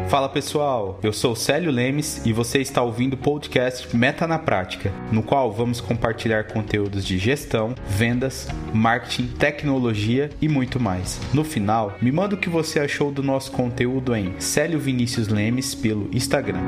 Fala pessoal, eu sou Célio Lemes e você está ouvindo o podcast Meta na Prática, no qual vamos compartilhar conteúdos de gestão, vendas, marketing, tecnologia e muito mais. No final, me manda o que você achou do nosso conteúdo em Célio Vinícius Lemes pelo Instagram.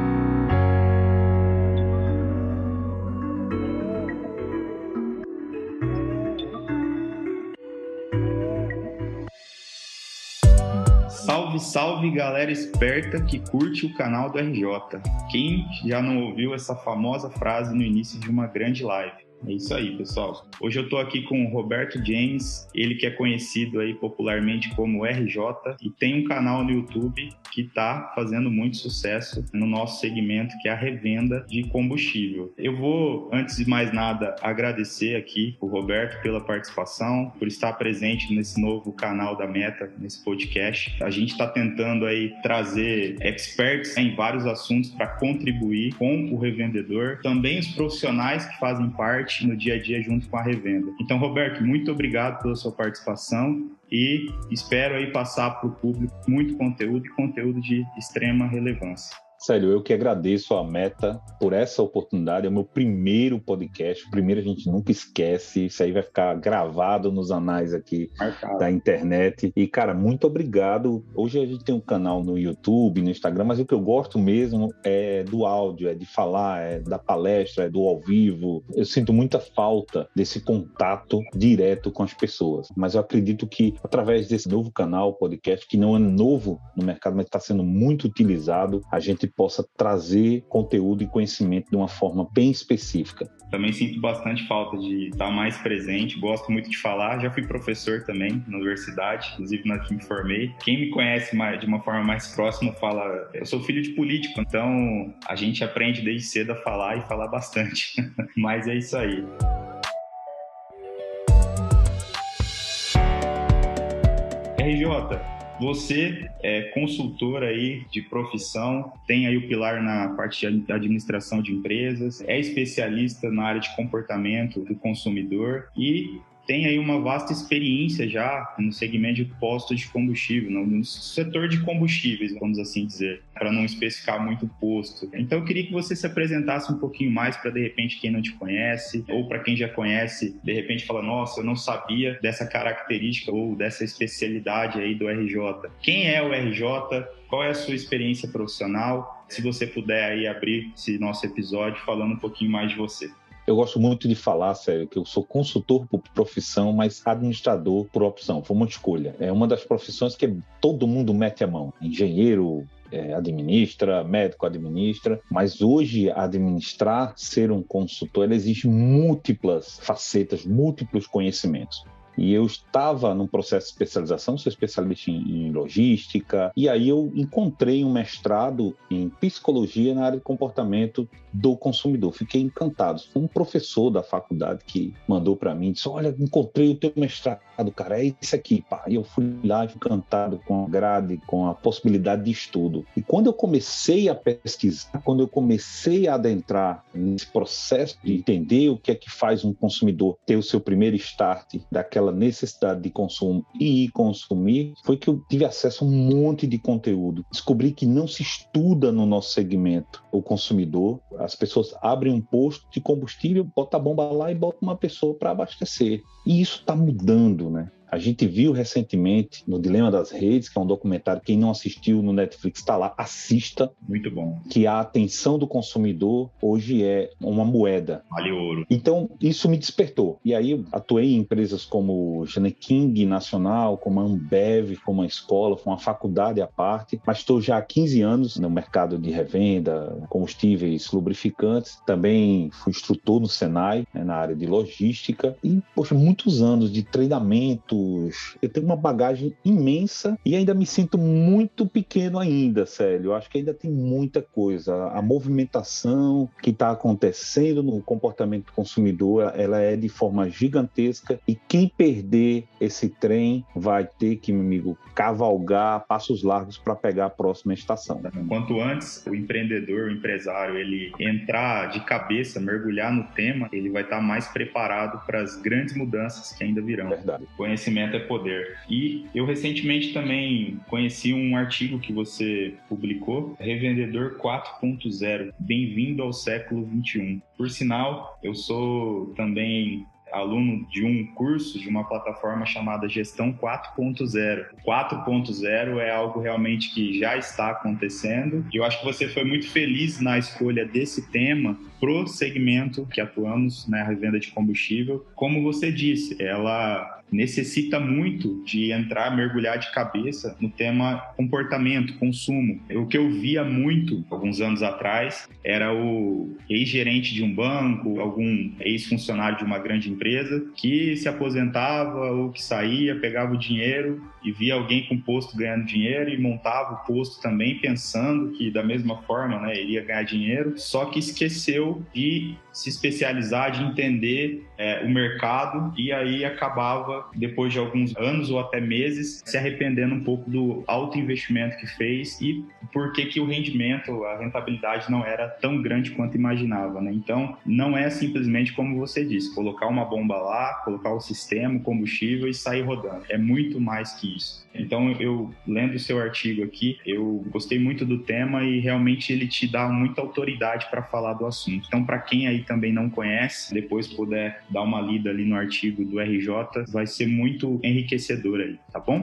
Salve, salve galera esperta que curte o canal do RJ. Quem já não ouviu essa famosa frase no início de uma grande live? É isso aí, pessoal. Hoje eu tô aqui com o Roberto James, ele que é conhecido aí popularmente como RJ e tem um canal no YouTube que tá fazendo muito sucesso no nosso segmento, que é a revenda de combustível. Eu vou, antes de mais nada, agradecer aqui o Roberto pela participação, por estar presente nesse novo canal da Meta, nesse podcast. A gente está tentando aí trazer experts em vários assuntos para contribuir com o revendedor, também os profissionais que fazem parte no dia a dia junto com a revenda. Então, Roberto, muito obrigado pela sua participação e espero aí passar para o público muito conteúdo e conteúdo de extrema relevância. Sério, eu que agradeço a Meta por essa oportunidade. É o meu primeiro podcast. Primeiro, a gente nunca esquece. Isso aí vai ficar gravado nos anais aqui da internet. E, cara, muito obrigado. Hoje a gente tem um canal no YouTube, no Instagram, mas o que eu gosto mesmo é do áudio, é de falar, é da palestra, é do ao vivo. Eu sinto muita falta desse contato direto com as pessoas. Mas eu acredito que, através desse novo canal, podcast, que não é novo no mercado, mas está sendo muito utilizado, a gente possa trazer conteúdo e conhecimento de uma forma bem específica. Também sinto bastante falta de estar mais presente, gosto muito de falar, já fui professor também na universidade, inclusive na que me formei. Quem me conhece de uma forma mais próxima fala, eu sou filho de político, então a gente aprende desde cedo a falar e falar bastante, mas é isso aí. RJ, você é consultor aí de profissão, tem aí o pilar na parte de administração de empresas, é especialista na área de comportamento do consumidor e tem aí uma vasta experiência já no segmento de postos de combustível, no setor de combustíveis, vamos assim dizer, para não especificar muito o posto. Então eu queria que você se apresentasse um pouquinho mais para, de repente, quem não te conhece, ou para quem já conhece, de repente fala, nossa, eu não sabia dessa característica ou dessa especialidade aí do RJ. Quem é o RJ? Qual é a sua experiência profissional? Se você puder aí abrir esse nosso episódio falando um pouquinho mais de você. Eu gosto muito de falar, sério, que eu sou consultor por profissão, mas administrador por opção. Foi uma escolha. É uma das profissões que todo mundo mete a mão. Engenheiro administra, médico administra, mas hoje administrar, ser um consultor, ele exige múltiplas facetas, múltiplos conhecimentos. E eu estava num processo de especialização, sou especialista em logística, e aí eu encontrei um mestrado em psicologia na área de comportamento do consumidor. Fiquei encantado. Foi um professor da faculdade que mandou para mim, disse, olha, encontrei o teu mestrado, cara, é isso aqui, pá. E eu fui lá encantado com a grade, com a possibilidade de estudo. E quando eu comecei a pesquisar, quando eu comecei a adentrar nesse processo de entender o que é que faz um consumidor ter o seu primeiro start daquela necessidade de consumo e consumir, foi que eu tive acesso a um monte de conteúdo. Descobri que não se estuda no nosso segmento o consumidor. As pessoas abrem um posto de combustível, bota a bomba lá e bota uma pessoa para abastecer. E isso está mudando, né? A gente viu recentemente no Dilema das Redes, que é um documentário, quem não assistiu no Netflix está lá, assista. Muito bom. Que a atenção do consumidor hoje é uma moeda. Vale ouro. Então, isso me despertou. E aí eu atuei em empresas como Janequim Nacional, como a Ambev, como uma escola, foi uma faculdade à parte, mas estou já há 15 anos no mercado de revenda, combustíveis, lubrificantes. Também fui instrutor no Senai, na área de logística. E, poxa, muitos anos de treinamento. Eu tenho uma bagagem imensa e ainda me sinto muito pequeno ainda, Célio. Eu acho que ainda tem muita coisa. A movimentação que está acontecendo no comportamento do consumidor, ela é de forma gigantesca e quem perder esse trem vai ter que, meu amigo, cavalgar passos largos para pegar a próxima estação. Quanto antes o empreendedor, o empresário, ele entrar de cabeça, mergulhar no tema, ele vai estar mais preparado para as grandes mudanças que ainda virão. Verdade. Conhecendo conhecimento é poder. E eu recentemente também conheci um artigo que você publicou, Revendedor 4.0, bem-vindo ao século XXI. Por sinal, eu sou também aluno de um curso de uma plataforma chamada Gestão 4.0. 4.0 é algo realmente que já está acontecendo e eu acho que você foi muito feliz na escolha desse tema pro segmento que atuamos, né, a revenda de combustível. Como você disse, ela necessita muito de entrar, mergulhar de cabeça no tema comportamento, consumo. O que eu via muito, alguns anos atrás, era o ex-gerente de um banco, algum ex-funcionário de uma grande empresa, que se aposentava ou que saía, pegava o dinheiro e via alguém com posto ganhando dinheiro e montava o posto também pensando que da mesma forma, né, iria ganhar dinheiro, só que esqueceu de se especializar, de entender o mercado e aí acabava, depois de alguns anos ou até meses, se arrependendo um pouco do alto investimento que fez e por que o rendimento, a rentabilidade não era tão grande quanto imaginava, né? Então, não é simplesmente como você disse, colocar uma bomba lá, colocar o sistema, o combustível e sair rodando. É muito mais que isso. Então, eu lendo o seu artigo aqui, eu gostei muito do tema e realmente ele te dá muita autoridade para falar do assunto. Então, para quem aí também não conhece, depois puder dar uma lida ali no artigo do RJ, vai ser muito enriquecedor aí, tá bom?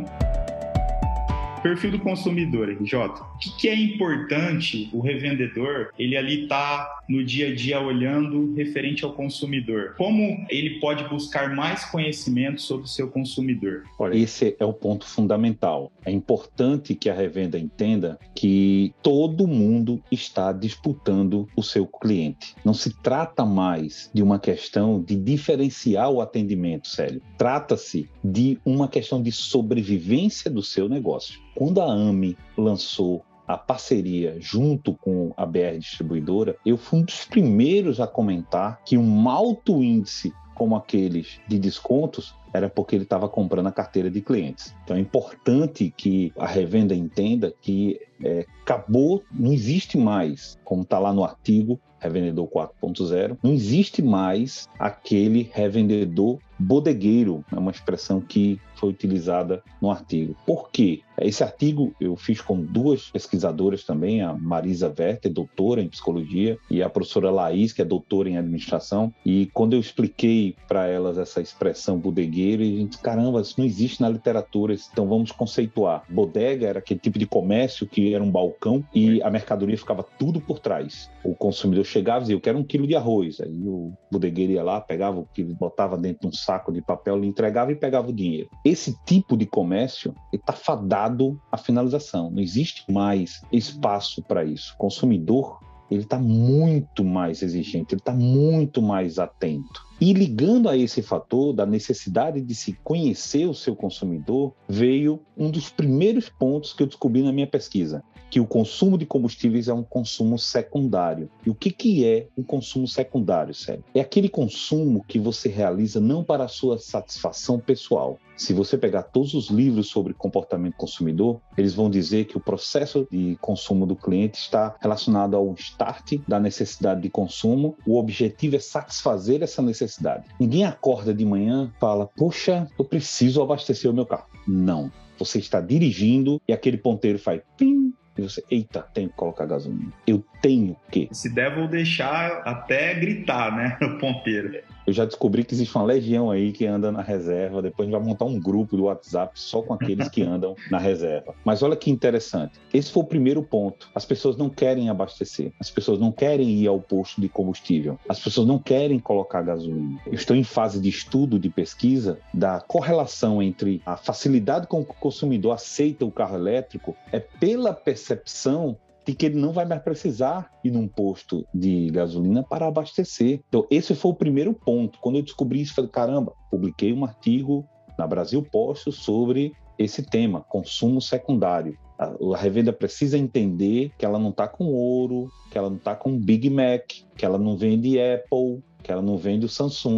Perfil do consumidor, RJ. O que é importante o revendedor, ele ali tá no dia a dia olhando referente ao consumidor? Como ele pode buscar mais conhecimento sobre o seu consumidor? Olha, esse é o ponto fundamental. É importante que a revenda entenda que todo mundo está disputando o seu cliente. Não se trata mais de uma questão de diferenciar o atendimento, Célio. Trata-se de uma questão de sobrevivência do seu negócio. Quando a AME lançou a parceria junto com a BR Distribuidora, eu fui um dos primeiros a comentar que um alto índice como aqueles de descontos era porque ele estava comprando a carteira de clientes. Então é importante que a revenda entenda que acabou, não existe mais, como está lá no artigo, Revendedor 4.0, não existe mais aquele revendedor bodegueiro, é uma expressão que foi utilizada no artigo. Por quê? Esse artigo eu fiz com duas pesquisadoras também, a Marisa Werther, doutora em psicologia, e a professora Laís, que é doutora em administração, e quando eu expliquei para elas essa expressão bodegueiro, a gente, caramba, isso não existe na literatura, então vamos conceituar. Bodega era aquele tipo de comércio que era um balcão e a mercadoria ficava tudo por trás. O consumidor chegava e dizia, eu quero 1 quilo de arroz. Aí o bodegueiro ia lá, pegava o quilo, botava dentro de um saco de papel, lhe entregava e pegava o dinheiro. Esse tipo de comércio está fadado à finalização. Não existe mais espaço para isso. O consumidor ele está muito mais exigente, ele está muito mais atento. E ligando a esse fator da necessidade de se conhecer o seu consumidor, veio um dos primeiros pontos que eu descobri na minha pesquisa, que o consumo de combustíveis é um consumo secundário. E o que é um consumo secundário, Sérgio? É aquele consumo que você realiza não para a sua satisfação pessoal. Se você pegar todos os livros sobre comportamento consumidor, eles vão dizer que o processo de consumo do cliente está relacionado ao start da necessidade de consumo. O objetivo é satisfazer essa necessidade. Ninguém acorda de manhã e fala, poxa, eu preciso abastecer o meu carro. Não. Você está dirigindo e aquele ponteiro faz pim, e você, eita, tenho que colocar gasolina. Eu tenho que. Se der, vou deixar até gritar, né, o ponteiro. Eu já descobri que existe uma legião aí que anda na reserva. Depois a gente vai montar um grupo do WhatsApp só com aqueles que andam na reserva. Mas olha que interessante. Esse foi o primeiro ponto. As pessoas não querem abastecer. As pessoas não querem ir ao posto de combustível. As pessoas não querem colocar gasolina. Eu estou em fase de estudo, de pesquisa, da correlação entre a facilidade com que o consumidor aceita o carro elétrico é pela percepção de que ele não vai mais precisar ir num posto de gasolina para abastecer. Então, esse foi o primeiro ponto. Quando eu descobri isso, falei, caramba, publiquei um artigo na Brasil Postos sobre esse tema, consumo secundário. A revenda precisa entender que ela não está com ouro, que ela não está com Big Mac, que ela não vende Apple, que ela não vende o Samsung.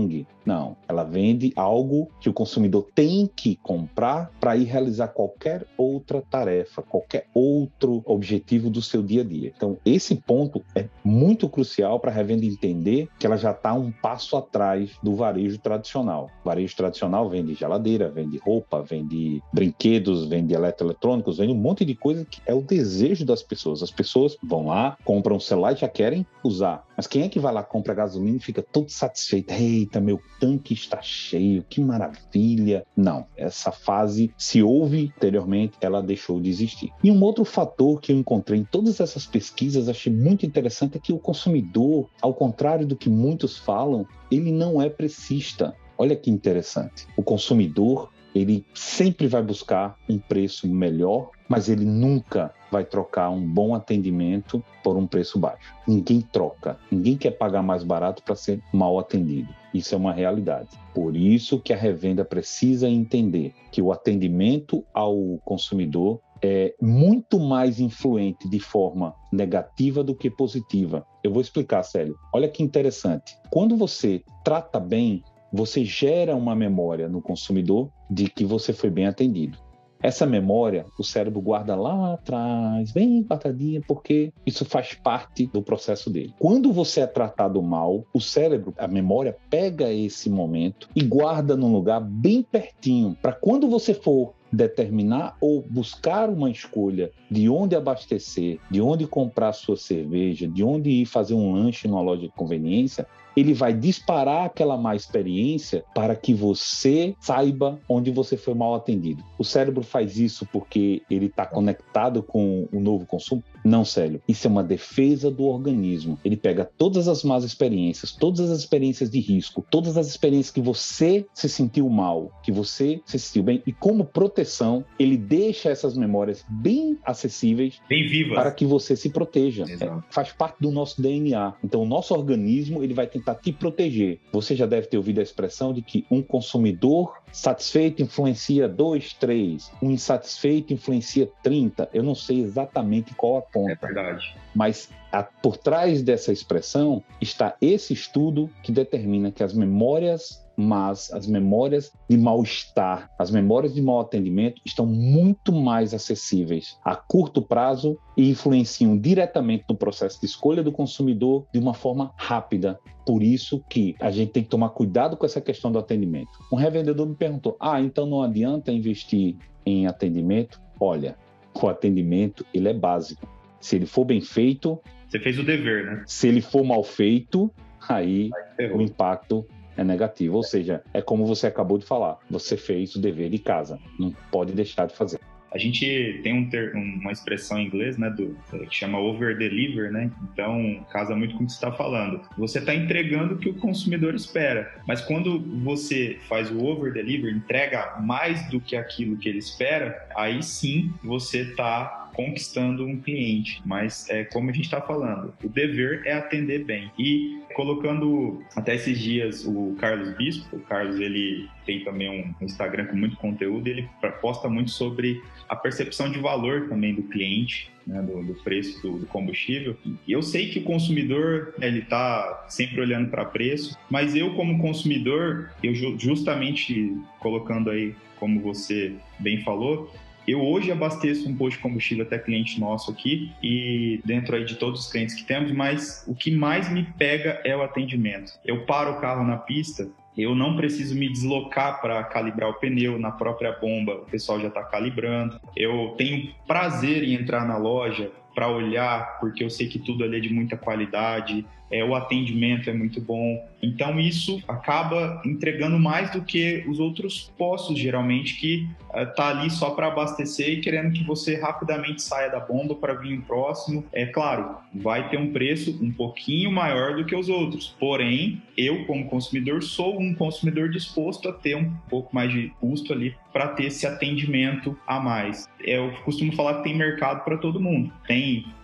Não, ela vende algo que o consumidor tem que comprar para ir realizar qualquer outra tarefa, qualquer outro objetivo do seu dia a dia. Então, esse ponto é muito crucial para a revenda entender que ela já está um passo atrás do varejo tradicional. O varejo tradicional vende geladeira, vende roupa, vende brinquedos, vende eletroeletrônicos, vende um monte de coisa que é o desejo das pessoas. As pessoas vão lá, compram um celular e já querem usar. Mas quem é que vai lá, compra gasolina e fica todo satisfeito? Eita, meu tanque está cheio, que maravilha. Não, essa fase, se houve anteriormente, ela deixou de existir. E um outro fator que eu encontrei em todas essas pesquisas, achei muito interessante, é que o consumidor, ao contrário do que muitos falam, ele não é precista. Olha que interessante. O consumidor, ele sempre vai buscar um preço melhor, mas ele nunca vai trocar um bom atendimento por um preço baixo. Ninguém troca. Ninguém quer pagar mais barato para ser mal atendido. Isso é uma realidade. Por isso que a revenda precisa entender que o atendimento ao consumidor é muito mais influente de forma negativa do que positiva. Eu vou explicar, Célio. Olha que interessante. Quando você trata bem, você gera uma memória no consumidor de que você foi bem atendido. Essa memória, o cérebro guarda lá atrás, bem guardadinha, porque isso faz parte do processo dele. Quando você é tratado mal, o cérebro, a memória, pega esse momento e guarda num lugar bem pertinho, para quando você for determinar ou buscar uma escolha de onde abastecer, de onde comprar sua cerveja, de onde ir fazer um lanche numa loja de conveniência, ele vai disparar aquela má experiência para que você saiba onde você foi mal atendido. O cérebro faz isso porque ele está conectado com o novo consumo? Não, Célio. Isso é uma defesa do organismo. Ele pega todas as más experiências, todas as experiências de risco, todas as experiências que você se sentiu mal, que você se sentiu bem, e como proteção, ele deixa essas memórias bem acessíveis, bem vivas, para que você se proteja. Faz parte do nosso DNA. Então, o nosso organismo, ele vai tentar te proteger. Você já deve ter ouvido a expressão de que um consumidor satisfeito influencia 2, 3, um insatisfeito influencia 30. Eu não sei exatamente qual a conta. É verdade. Mas por trás dessa expressão está esse estudo que determina que as memórias mas as memórias de mal-estar, as memórias de mau atendimento estão muito mais acessíveis a curto prazo e influenciam diretamente no processo de escolha do consumidor de uma forma rápida. Por isso que a gente tem que tomar cuidado com essa questão do atendimento. Um revendedor me perguntou, então não adianta investir em atendimento? Olha, o atendimento ele é básico. Se ele for bem feito... Você fez o dever, né? Se ele for mal feito, aí o impacto é negativo. Ou seja, é como você acabou de falar, você fez o dever de casa, não pode deixar de fazer. A gente tem uma expressão em inglês, né, que chama over-deliver, né? Então, casa muito com o que você está falando. Você está entregando o que o consumidor espera, mas quando você faz o over-deliver, entrega mais do que aquilo que ele espera, aí sim você está conquistando um cliente. Mas, como a gente está falando, o dever é atender bem. E colocando até esses dias o Carlos Bispo, o Carlos ele tem também um Instagram com muito conteúdo, ele posta muito sobre a percepção de valor também do cliente, né, do preço do combustível. E eu sei que o consumidor ele está sempre olhando para preço, mas eu como consumidor, eu justamente colocando aí, como você bem falou, eu hoje abasteço um posto de combustível até cliente nosso aqui e dentro aí de todos os clientes que temos, mas o que mais me pega é o atendimento. Eu paro o carro na pista, eu não preciso me deslocar para calibrar o pneu na própria bomba, o pessoal já está calibrando. Eu tenho prazer em entrar na loja para olhar, porque eu sei que tudo ali é de muita qualidade, o atendimento é muito bom. Então isso acaba entregando mais do que os outros postos, geralmente, que tá ali só para abastecer e querendo que você rapidamente saia da bomba para vir o próximo. É claro, vai ter um preço um pouquinho maior do que os outros, porém, eu como consumidor sou um consumidor disposto a ter um pouco mais de custo ali para ter esse atendimento a mais. Eu costumo falar que tem mercado para todo mundo. Tem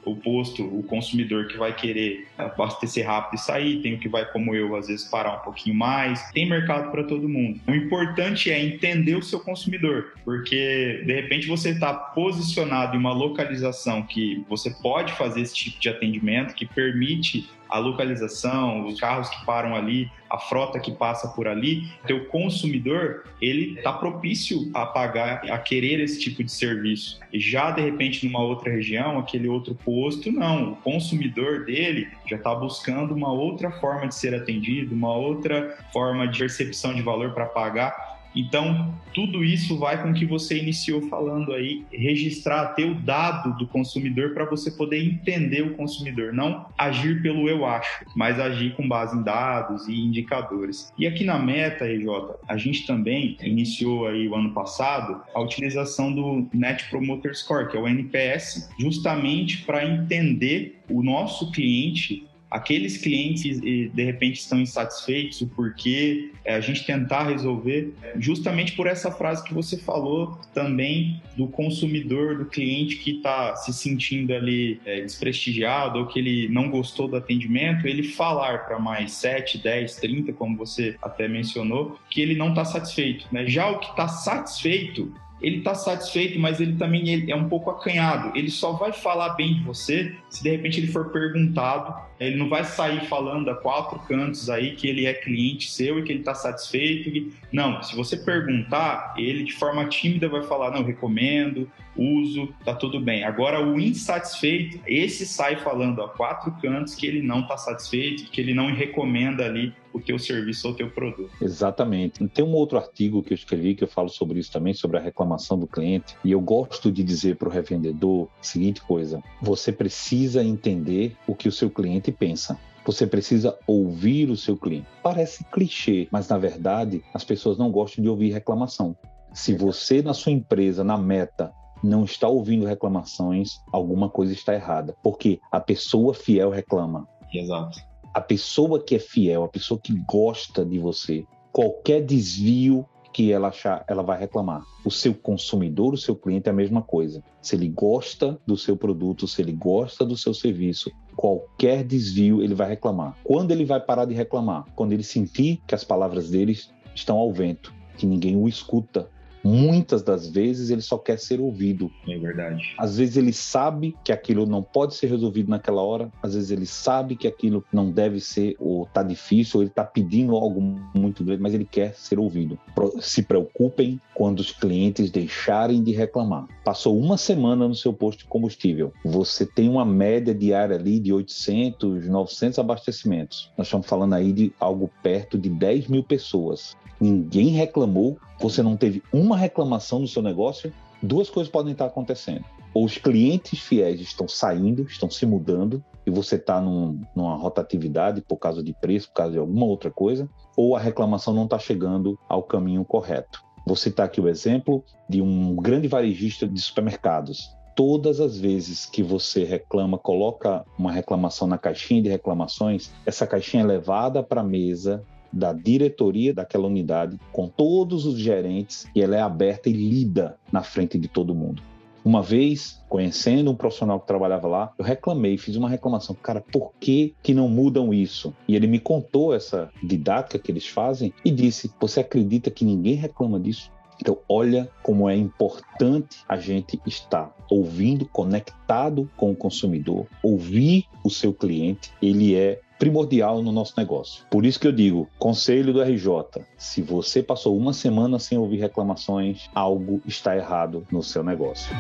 o posto, o consumidor que vai querer abastecer rápido e sair, tem o que vai, como eu, às vezes parar um pouquinho mais, tem mercado para todo mundo. O importante é entender o seu consumidor, porque de repente você está posicionado em uma localização que você pode fazer esse tipo de atendimento, que permite a localização, os carros que param ali, a frota que passa por ali, teu consumidor, ele está propício a pagar, a querer esse tipo de serviço. E já, de repente, numa outra região, aquele outro posto, não. O consumidor dele já está buscando uma outra forma de ser atendido, uma outra forma de percepção de valor para pagar. Então, tudo isso vai com o que você iniciou falando aí, registrar, ter o dado do consumidor para você poder entender o consumidor, não agir pelo eu acho, mas agir com base em dados e indicadores. E aqui na Meta, RJ, a gente também iniciou aí o ano passado a utilização do Net Promoter Score, que é o NPS, justamente para entender o nosso cliente, aqueles clientes de repente estão insatisfeitos, o porquê, a gente tentar resolver, justamente por essa frase que você falou também do consumidor, do cliente que está se sentindo ali desprestigiado ou que ele não gostou do atendimento, ele falar para mais 7, 10, 30, como você até mencionou, que ele não está satisfeito, né? Já o que está satisfeito, ele está satisfeito, mas ele também é um pouco acanhado. Ele só vai falar bem de você se de repente ele for perguntado. Ele não vai sair falando a 4 cantos aí que ele é cliente seu e que ele está satisfeito. Não, se você perguntar, ele de forma tímida vai falar, não, recomendo, uso, tá tudo bem. Agora o insatisfeito, esse sai falando a 4 cantos que ele não está satisfeito, que ele não recomenda ali o teu serviço ou o teu produto. Exatamente. Tem um outro artigo que eu escrevi que eu falo sobre isso também, sobre a reclamação do cliente, e eu gosto de dizer para o revendedor a seguinte coisa: você precisa entender o que o seu cliente pensa. Você precisa ouvir o seu cliente. Parece clichê, mas na verdade as pessoas não gostam de ouvir reclamação. Se você na sua empresa, na Meta, não está ouvindo reclamações, alguma coisa está errada, porque a pessoa fiel reclama. Exato. A pessoa que é fiel, a pessoa que gosta de você, qualquer desvio que ela achar, ela vai reclamar. O seu consumidor, o seu cliente é a mesma coisa. Se ele gosta do seu produto, se ele gosta do seu serviço, qualquer desvio ele vai reclamar. Quando ele vai parar de reclamar? Quando ele sentir que as palavras deles estão ao vento, que ninguém o escuta. Muitas das vezes ele só quer ser ouvido. É verdade. Às vezes ele sabe que aquilo não pode ser resolvido naquela hora, às vezes ele sabe que aquilo não deve ser, ou está difícil, ou ele está pedindo algo muito grande, mas ele quer ser ouvido. Se preocupem quando os clientes deixarem de reclamar. Passou uma semana no seu posto de combustível, você tem uma média diária ali de 800, 900 abastecimentos. Nós estamos falando aí de algo perto de 10 mil pessoas. Ninguém reclamou, você não teve uma reclamação no seu negócio, 2 coisas podem estar acontecendo. Ou os clientes fiéis estão saindo, estão se mudando, e você está numa rotatividade por causa de preço, por causa de alguma outra coisa, ou a reclamação não está chegando ao caminho correto. Vou citar aqui o exemplo de um grande varejista de supermercados. Todas as vezes que você reclama, coloca uma reclamação na caixinha de reclamações, essa caixinha é levada para a mesa da diretoria daquela unidade, com todos os gerentes, e ela é aberta e lida na frente de todo mundo. Uma vez, conhecendo um profissional que trabalhava lá, eu reclamei, fiz uma reclamação. Cara, por que não mudam isso? E ele me contou essa didática que eles fazem e disse, você acredita que ninguém reclama disso? Então, olha como é importante a gente estar ouvindo, conectado com o consumidor, ouvir o seu cliente, ele é primordial no nosso negócio. Por isso que eu digo, conselho do RJ, se você passou uma semana sem ouvir reclamações, algo está errado no seu negócio.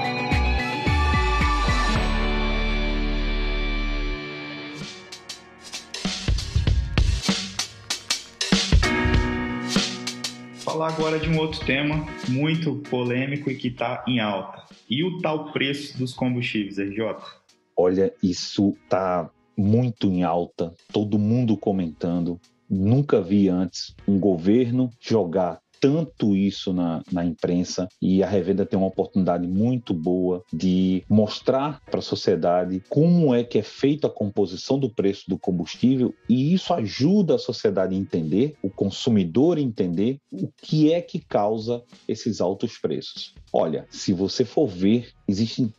Falar agora de um outro tema muito polêmico e que está em alta. E o tal preço dos combustíveis, RJ? Olha, isso está muito em alta, todo mundo comentando. Nunca vi antes um governo jogar tanto isso na imprensa, e a Revenda tem uma oportunidade muito boa de mostrar para a sociedade como é que é feita a composição do preço do combustível, e isso ajuda a sociedade a entender, o consumidor a entender o que é que causa esses altos preços. Olha, se você for ver, existem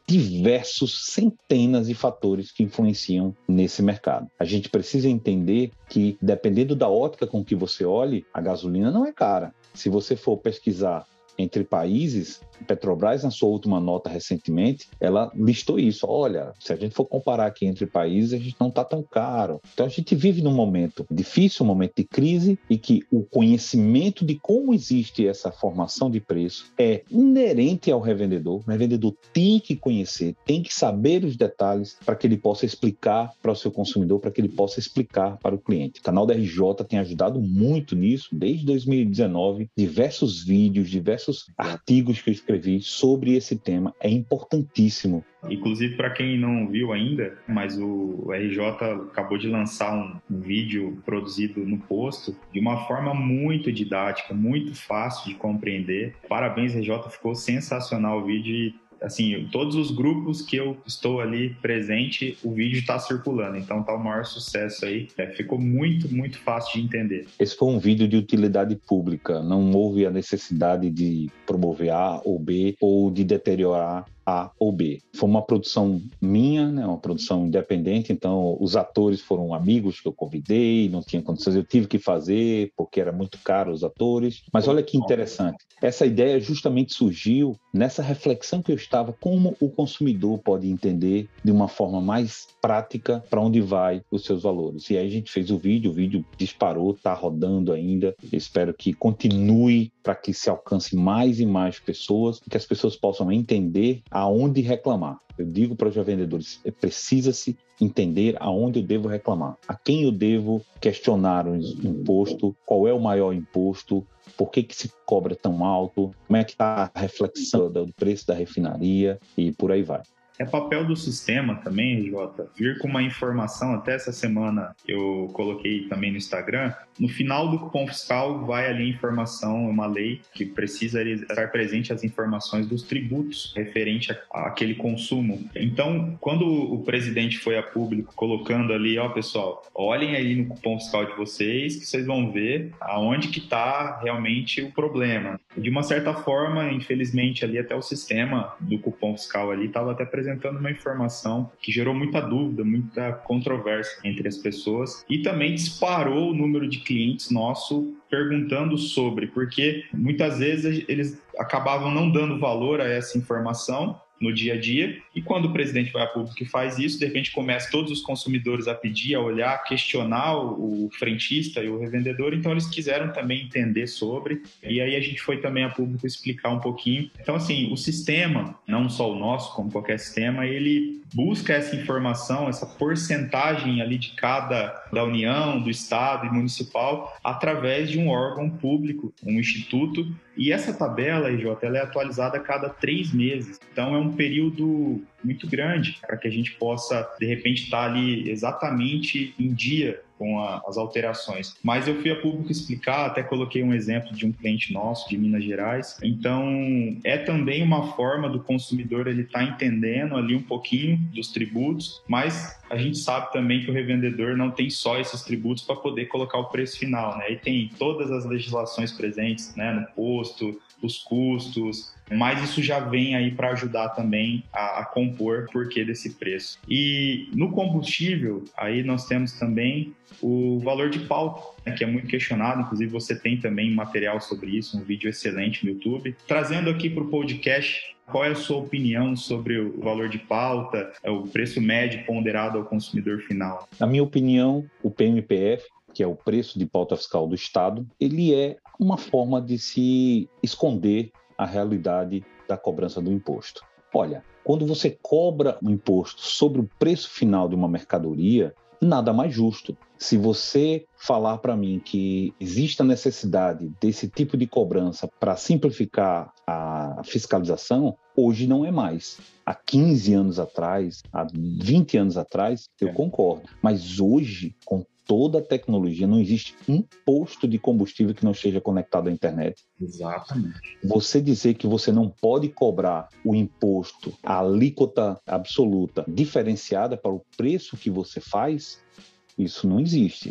centenas de fatores que influenciam nesse mercado. A gente precisa entender que, dependendo da ótica com que você olhe, a gasolina não é cara. Se você for pesquisar entre países, Petrobras, na sua última nota recentemente, ela listou isso. Olha, se a gente for comparar aqui entre países, a gente não está tão caro. Então, a gente vive num momento difícil, um momento de crise, e que o conhecimento de como existe essa formação de preço é inerente ao revendedor. O revendedor tem que conhecer, tem que saber os detalhes para que ele possa explicar para o seu consumidor, para que ele possa explicar para o cliente. O canal da RJ tem ajudado muito nisso, desde 2019, diversos vídeos, diversos artigos que eu escrevi sobre esse tema, é importantíssimo. Inclusive, para quem não viu ainda, mas o RJ acabou de lançar um vídeo produzido no Posto de uma forma muito didática, muito fácil de compreender. Parabéns, RJ, ficou sensacional o vídeo e, assim, todos os grupos que eu estou ali presente, o vídeo está circulando, então está o maior sucesso aí. Ficou muito, muito fácil de entender. Esse foi um vídeo de utilidade pública, não houve a necessidade de promover A ou B ou de deteriorar A ou B. Foi uma produção minha, né, uma produção independente, então os atores foram amigos que eu convidei, não tinha condições, eu tive que fazer porque era muito caro os atores. Mas olha que interessante, essa ideia justamente surgiu nessa reflexão que eu estava, como o consumidor pode entender de uma forma mais prática para onde vai os seus valores. E aí a gente fez o vídeo disparou, está rodando ainda, eu espero que continue para que se alcance mais e mais pessoas, que as pessoas possam entender aonde reclamar. Eu digo para os vendedores, precisa-se entender aonde eu devo reclamar, a quem eu devo questionar o imposto, qual é o maior imposto, por que se cobra tão alto, como é que está a reflexão do preço da refinaria e por aí vai. É papel do sistema também, Jota, vir com uma informação. Até essa semana eu coloquei também no Instagram. No final do cupom fiscal vai ali a informação, é uma lei que precisa estar presente as informações dos tributos referente àquele consumo. Então, quando o presidente foi a público colocando ali, ó pessoal, olhem aí no cupom fiscal de vocês que vocês vão ver aonde que está realmente o problema. De uma certa forma, infelizmente, ali até o sistema do cupom fiscal ali estava até apresentando uma informação que gerou muita dúvida, muita controvérsia entre as pessoas e também disparou o número de clientes nosso perguntando sobre, porque muitas vezes eles acabavam não dando valor a essa informação no dia a dia, e quando o presidente vai a público e faz isso, de repente começa todos os consumidores a pedir, a olhar, a questionar o frentista e o revendedor, então eles quiseram também entender sobre, e aí a gente foi também a público explicar um pouquinho. Então, assim, o sistema, não só o nosso, como qualquer sistema, ele busca essa informação, essa porcentagem ali de da União, do Estado e municipal, através de um órgão público, um instituto, e essa tabela, IJ, ela é atualizada a cada 3 meses. Então, é um período muito grande para que a gente possa, de repente, estar ali exatamente em dia com as alterações. Mas eu fui a público explicar, até coloquei um exemplo de um cliente nosso de Minas Gerais. Então, é também uma forma do consumidor ele estar entendendo ali um pouquinho dos tributos, mas a gente sabe também que o revendedor não tem só esses tributos para poder colocar o preço final, né? E tem todas as legislações presentes, né, no posto, os custos, mas isso já vem aí para ajudar também a compor o porquê desse preço. E no combustível, aí nós temos também o valor de pauta, né, que é muito questionado, inclusive você tem também material sobre isso, um vídeo excelente no YouTube. Trazendo aqui para o podcast, qual é a sua opinião sobre o valor de pauta, o preço médio ponderado ao consumidor final? Na minha opinião, o PMPF, que é o preço de pauta fiscal do Estado, ele é uma forma de se esconder a realidade da cobrança do imposto. Olha, quando você cobra um imposto sobre o preço final de uma mercadoria, nada mais justo. Se você falar para mim que existe a necessidade desse tipo de cobrança para simplificar a fiscalização, hoje não é mais. Há 15 anos atrás, há 20 anos atrás, eu concordo. Mas hoje, com toda a tecnologia, não existe um posto de combustível que não esteja conectado à internet. Exatamente. Você dizer que você não pode cobrar o imposto, a alíquota absoluta diferenciada para o preço que você faz, isso não existe.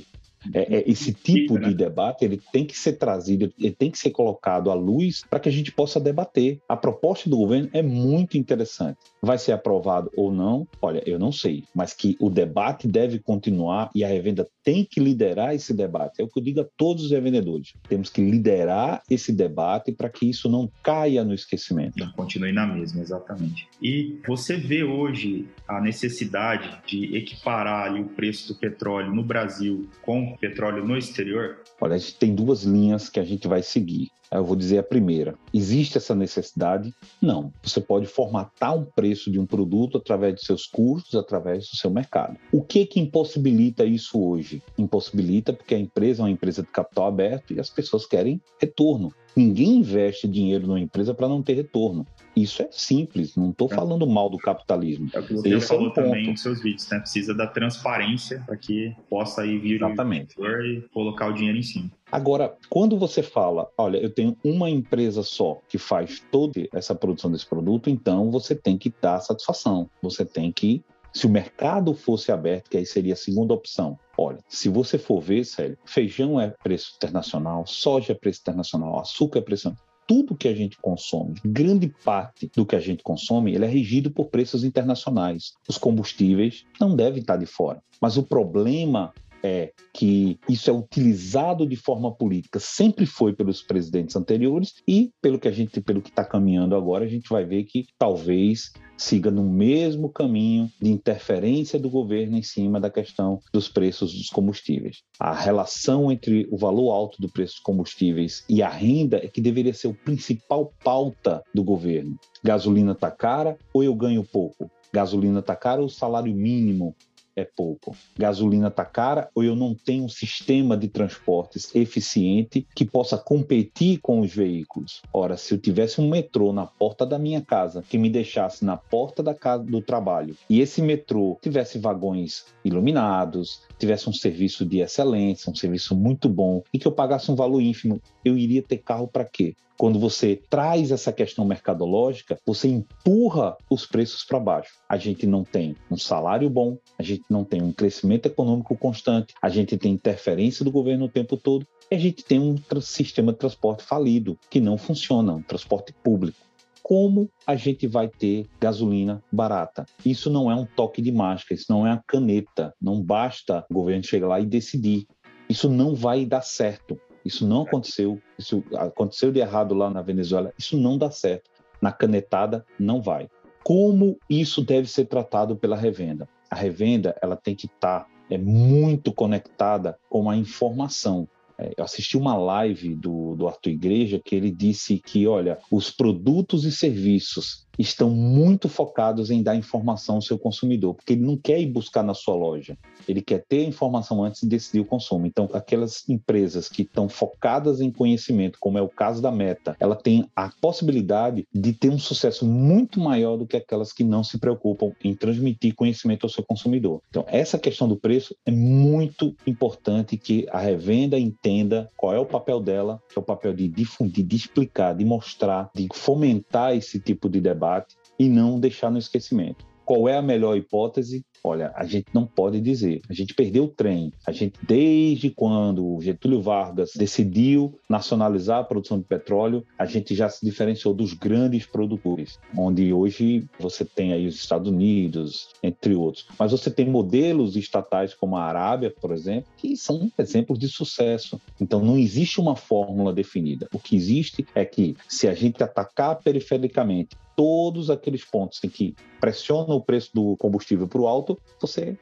Esse tipo de debate ele tem que ser trazido, ele tem que ser colocado à luz para que a gente possa debater. A proposta do governo é muito interessante. Vai ser aprovado ou não? Olha, eu não sei, mas que o debate deve continuar e a revenda tem que liderar esse debate. É o que eu digo a todos os revendedores. Temos que liderar esse debate para que isso não caia no esquecimento. Não continue na mesma, exatamente. E você vê hoje a necessidade de equiparar ali o preço do petróleo no Brasil com o petróleo no exterior? Olha, a gente tem duas linhas que a gente vai seguir. Eu vou dizer a primeira. Existe essa necessidade? Não. Você pode formatar um preço de um produto através de seus custos, através do seu mercado. O que impossibilita isso hoje? Impossibilita porque a empresa é uma empresa de capital aberto e as pessoas querem retorno. Ninguém investe dinheiro numa empresa para não ter retorno. Isso é simples, não estou falando mal do capitalismo. É o que você falou também nos seus vídeos, né? Precisa da transparência para que possa aí vir Exatamente. o investidor e colocar o dinheiro em cima. Agora, quando você fala, olha, eu tenho uma empresa só que faz toda essa produção desse produto, então você tem que dar satisfação. Você tem que, se o mercado fosse aberto, que aí seria a segunda opção. Olha, se você for ver, Célio, feijão é preço internacional, soja é preço internacional, açúcar é preço internacional. Tudo que a gente consome, grande parte do que a gente consome, ele é regido por preços internacionais. Os combustíveis não devem estar de fora. Mas o problema é que isso é utilizado de forma política, sempre foi pelos presidentes anteriores e pelo que está caminhando agora, a gente vai ver que talvez siga no mesmo caminho de interferência do governo em cima da questão dos preços dos combustíveis. A relação entre o valor alto do preço dos combustíveis e a renda é que deveria ser o principal pauta do governo. Gasolina está cara ou eu ganho pouco? Gasolina está cara ou o salário mínimo é pouco? Gasolina está cara ou eu não tenho um sistema de transportes eficiente que possa competir com os veículos? Ora, se eu tivesse um metrô na porta da minha casa que me deixasse na porta da casa do trabalho e esse metrô tivesse vagões iluminados, tivesse um serviço de excelência, um serviço muito bom e que eu pagasse um valor ínfimo, eu iria ter carro para quê? Quando você traz essa questão mercadológica, você empurra os preços para baixo. A gente não tem um salário bom, a gente não tem um crescimento econômico constante, a gente tem interferência do governo o tempo todo e a gente tem um sistema de transporte falido, que não funciona, um transporte público. Como a gente vai ter gasolina barata? Isso não é um toque de mágica, isso não é uma caneta, não basta o governo chegar lá e decidir. Isso não vai dar certo. Isso não aconteceu, isso aconteceu de errado lá na Venezuela, isso não dá certo. Na canetada, não vai. Como isso deve ser tratado pela revenda? A revenda ela tem que estar muito conectada com a informação. Eu assisti uma live do Arthur Igreja que ele disse que, olha, os produtos e serviços estão muito focados em dar informação ao seu consumidor, porque ele não quer ir buscar na sua loja, ele quer ter a informação antes de decidir o consumo. Então, aquelas empresas que estão focadas em conhecimento, como é o caso da Meta, ela tem a possibilidade de ter um sucesso muito maior do que aquelas que não se preocupam em transmitir conhecimento ao seu consumidor. Então, essa questão do preço é muito importante que a revenda entenda qual é o papel dela, que é o papel de difundir, de explicar, de mostrar, de fomentar esse tipo de debate e não deixar no esquecimento. Qual é a melhor hipótese? Olha, a gente não pode dizer. A gente perdeu o trem. A gente, desde quando o Getúlio Vargas decidiu nacionalizar a produção de petróleo, a gente já se diferenciou dos grandes produtores, onde hoje você tem aí os Estados Unidos, entre outros. Mas você tem modelos estatais como a Arábia, por exemplo, que são exemplos de sucesso. Então, não existe uma fórmula definida. O que existe é que, se a gente atacar perifericamente todos aqueles pontos em que pressionam o preço do combustível para o alto, você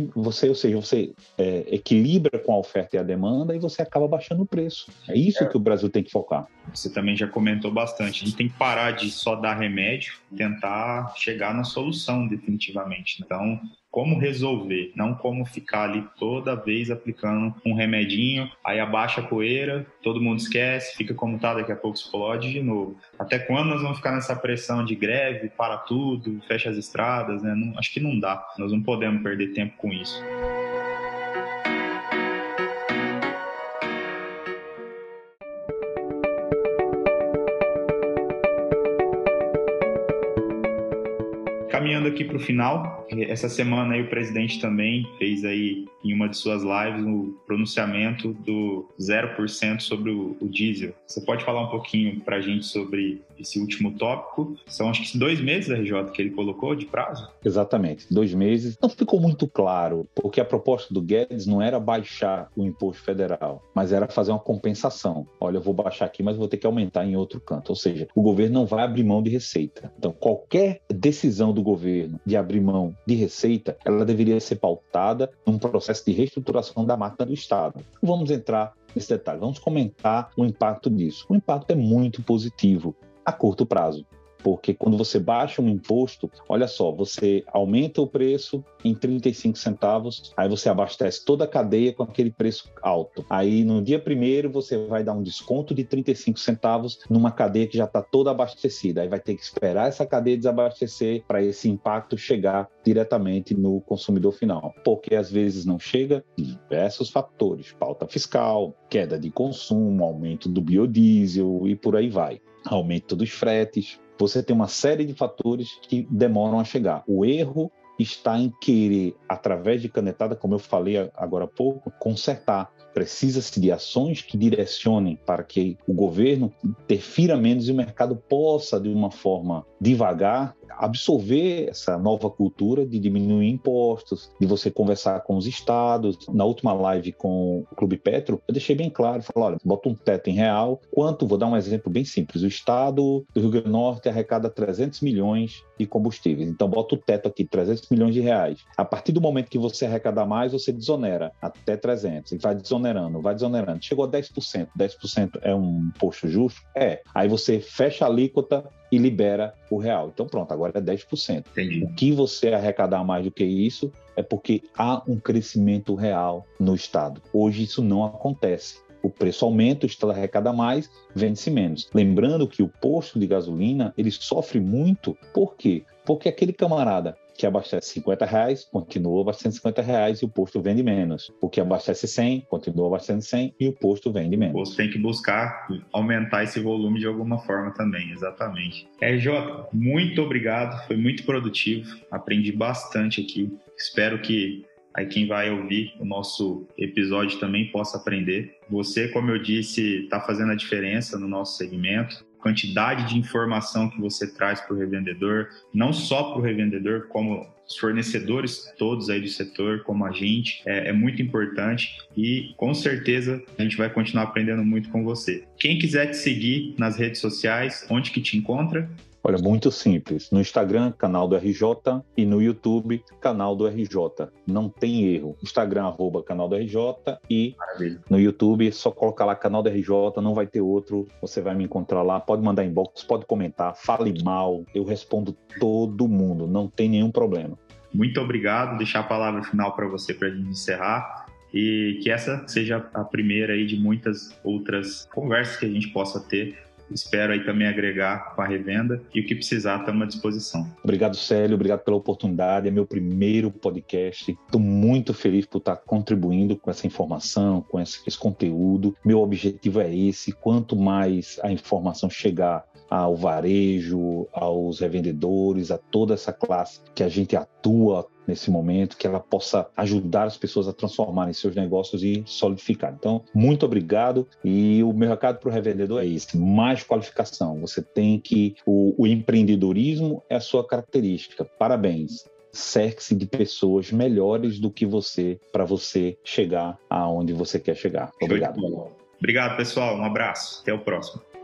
equilibra com a oferta e a demanda e você acaba baixando o preço. É isso que o Brasil tem que focar. Você também já comentou bastante. A gente tem que parar de só dar remédio, tentar chegar na solução definitivamente. Então, como resolver, não como ficar ali toda vez aplicando um remedinho, aí abaixa a poeira, todo mundo esquece, fica como tá, daqui a pouco explode de novo. Até quando nós vamos ficar nessa pressão de greve, para tudo, fecha as estradas, né? Não, acho que não dá. Nós não podemos perder tempo com isso. Caminhando Caminhando aqui para o final, essa semana aí o presidente também fez aí em uma de suas lives o pronunciamento do 0% sobre o diesel. Você pode falar um pouquinho para a gente sobre esse último tópico? São acho que 2 meses, RJ, que ele colocou de prazo? Exatamente, 2 meses. Não ficou muito claro, porque a proposta do Guedes não era baixar o imposto federal, mas era fazer uma compensação. Olha, eu vou baixar aqui, mas vou ter que aumentar em outro canto. Ou seja, o governo não vai abrir mão de receita. Então, qualquer decisão do governo de abrir mão de receita, ela deveria ser pautada num processo de reestruturação da máquina do Estado. Vamos entrar nesse detalhe, vamos comentar o impacto disso. O impacto é muito positivo a curto prazo. Porque quando você baixa um imposto, olha só, você aumenta o preço em 35 centavos, aí você abastece toda a cadeia com aquele preço alto. Aí no dia 1º você vai dar um desconto de 35 centavos numa cadeia que já está toda abastecida. Aí vai ter que esperar essa cadeia desabastecer para esse impacto chegar diretamente no consumidor final. Porque às vezes não chega, diversos fatores, pauta fiscal, queda de consumo, aumento do biodiesel e por aí vai. Aumento dos fretes. Você tem uma série de fatores que demoram a chegar. O erro está em querer, através de canetada, como eu falei agora há pouco, consertar. Precisa-se de ações que direcionem para que o governo interfira menos e o mercado possa, de uma forma devagar, absorver essa nova cultura de diminuir impostos, de você conversar com os estados. Na última live com o Clube Petro, eu deixei bem claro, falei, olha, bota um teto em real, quanto, vou dar um exemplo bem simples, o estado do Rio Grande do Norte arrecada 300 milhões de combustíveis, então bota o teto aqui, 300 milhões de reais. A partir do momento que você arrecadar mais, você desonera até 300, e vai desonerando. Chegou a 10%, 10% é um imposto justo? É. Aí você fecha a alíquota e libera o real. Então pronto, agora é 10%. Entendi. O que você arrecadar mais do que isso é porque há um crescimento real no Estado. Hoje isso não acontece. O preço aumenta, o Estado arrecada mais, vende-se menos. Lembrando que o posto de gasolina, ele sofre muito. Por quê? Porque aquele camarada que abastece R$50, continua abastecendo R$50 e o posto vende menos. O que abastece 100, continua abastecendo 100 e o posto vende menos. O posto tem que buscar aumentar esse volume de alguma forma também, exatamente. RJ, muito obrigado, foi muito produtivo, aprendi bastante aqui. Espero que aí quem vai ouvir o nosso episódio também possa aprender. Você, como eu disse, está fazendo a diferença no nosso segmento. Quantidade de informação que você traz para o revendedor, não só para o revendedor, como os fornecedores todos aí do setor, como a gente, é muito importante e com certeza a gente vai continuar aprendendo muito com você. Quem quiser te seguir nas redes sociais, onde que te encontra? Olha, muito simples. No Instagram, canal do RJ, e no YouTube, canal do RJ. Não tem erro. Instagram, @canal do RJ, e Maravilha. No YouTube, só colocar lá canal do RJ, não vai ter outro. Você vai me encontrar lá, pode mandar inbox, pode comentar, fale mal, eu respondo todo mundo, não tem nenhum problema. Muito obrigado. Deixar a palavra final para você, para a gente encerrar. E que essa seja a primeira aí de muitas outras conversas que a gente possa ter. Espero aí também agregar com a revenda e o que precisar, estamos à disposição. Obrigado, Célio, obrigado pela oportunidade, é meu primeiro podcast, estou muito feliz por estar contribuindo com essa informação, com esse conteúdo. Meu objetivo é esse, quanto mais a informação chegar ao varejo, aos revendedores, a toda essa classe que a gente atua nesse momento, que ela possa ajudar as pessoas a transformarem seus negócios e solidificar. Então, muito obrigado. E o meu recado para o revendedor é esse: mais qualificação. Você tem que... O empreendedorismo é a sua característica. Parabéns. Cerque-se de pessoas melhores do que você, para você chegar aonde você quer chegar. Obrigado. Obrigado, pessoal. Um abraço. Até o próximo.